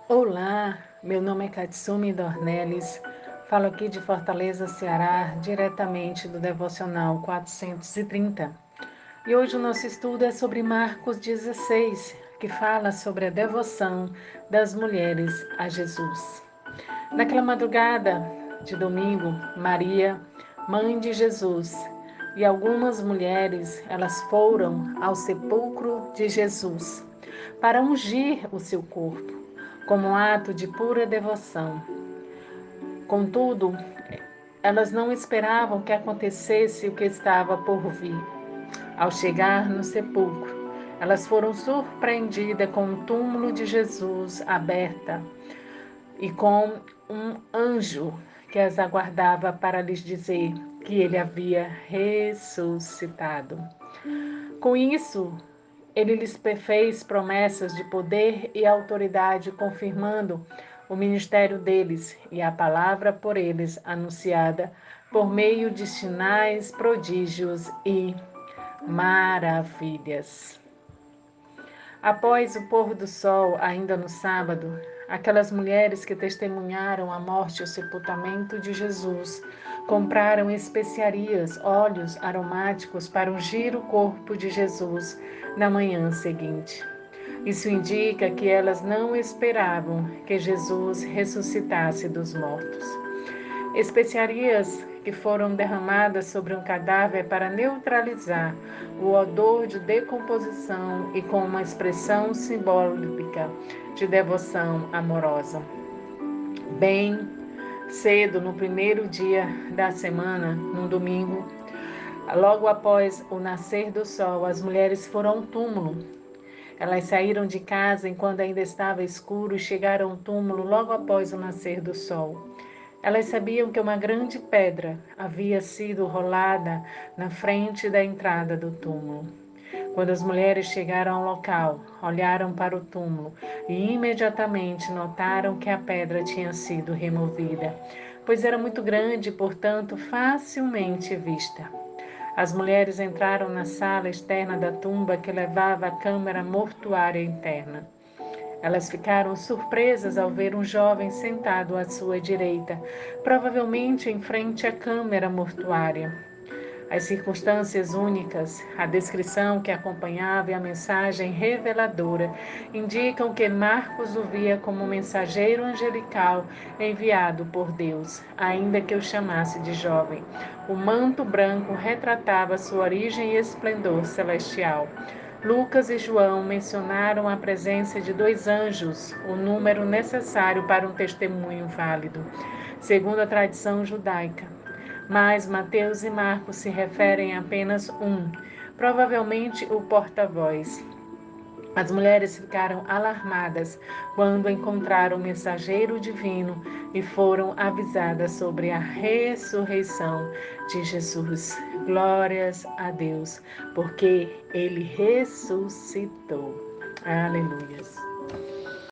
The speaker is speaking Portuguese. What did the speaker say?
Olá, meu nome é Katsumi Dornelles, falo aqui de Fortaleza, Ceará, diretamente do Devocional 430. E hoje o nosso estudo é sobre Marcos 16, que fala sobre a devoção das mulheres a Jesus. Naquela madrugada de domingo, Maria, mãe de Jesus, e algumas mulheres, elas foram ao sepulcro de Jesus para ungir o seu corpo, como um ato de pura devoção. Contudo, elas não esperavam que acontecesse o que estava por vir. Ao chegar no sepulcro, elas foram surpreendidas com o túmulo de Jesus aberta e com um anjo que as aguardava para lhes dizer que ele havia ressuscitado. Com isso, ele lhes fez promessas de poder e autoridade, confirmando o ministério deles e a palavra por eles anunciada por meio de sinais, prodígios e maravilhas. Após o pôr do sol, ainda no sábado, aquelas mulheres que testemunharam a morte e o sepultamento de Jesus compraram especiarias, óleos aromáticos para ungir o corpo de Jesus na manhã seguinte. Isso indica que elas não esperavam que Jesus ressuscitasse dos mortos. Especiarias que foram derramadas sobre um cadáver para neutralizar o odor de decomposição e com uma expressão simbólica de devoção amorosa. Bem cedo, no primeiro dia da semana, num domingo, logo após o nascer do sol, as mulheres foram ao túmulo. Elas saíram de casa enquanto ainda estava escuro e chegaram ao túmulo logo após o nascer do sol. Elas sabiam que uma grande pedra havia sido rolada na frente da entrada do túmulo. Quando as mulheres chegaram ao local, olharam para o túmulo e imediatamente notaram que a pedra tinha sido removida, pois era muito grande e, portanto, facilmente vista. As mulheres entraram na sala externa da tumba que levava à câmara mortuária interna. Elas ficaram surpresas ao ver um jovem sentado à sua direita, provavelmente em frente à câmara mortuária. As circunstâncias únicas, a descrição que acompanhava e a mensagem reveladora indicam que Marcos o via como um mensageiro angelical enviado por Deus, ainda que o chamasse de jovem. O manto branco retratava sua origem e esplendor celestial. Lucas e João mencionaram a presença de 2 anjos, o número necessário para um testemunho válido, segundo a tradição judaica. Mas Mateus e Marcos se referem a apenas um, provavelmente o porta-voz. As mulheres ficaram alarmadas quando encontraram o mensageiro divino e foram avisadas sobre a ressurreição de Jesus. Glórias a Deus, porque ele ressuscitou. Aleluias.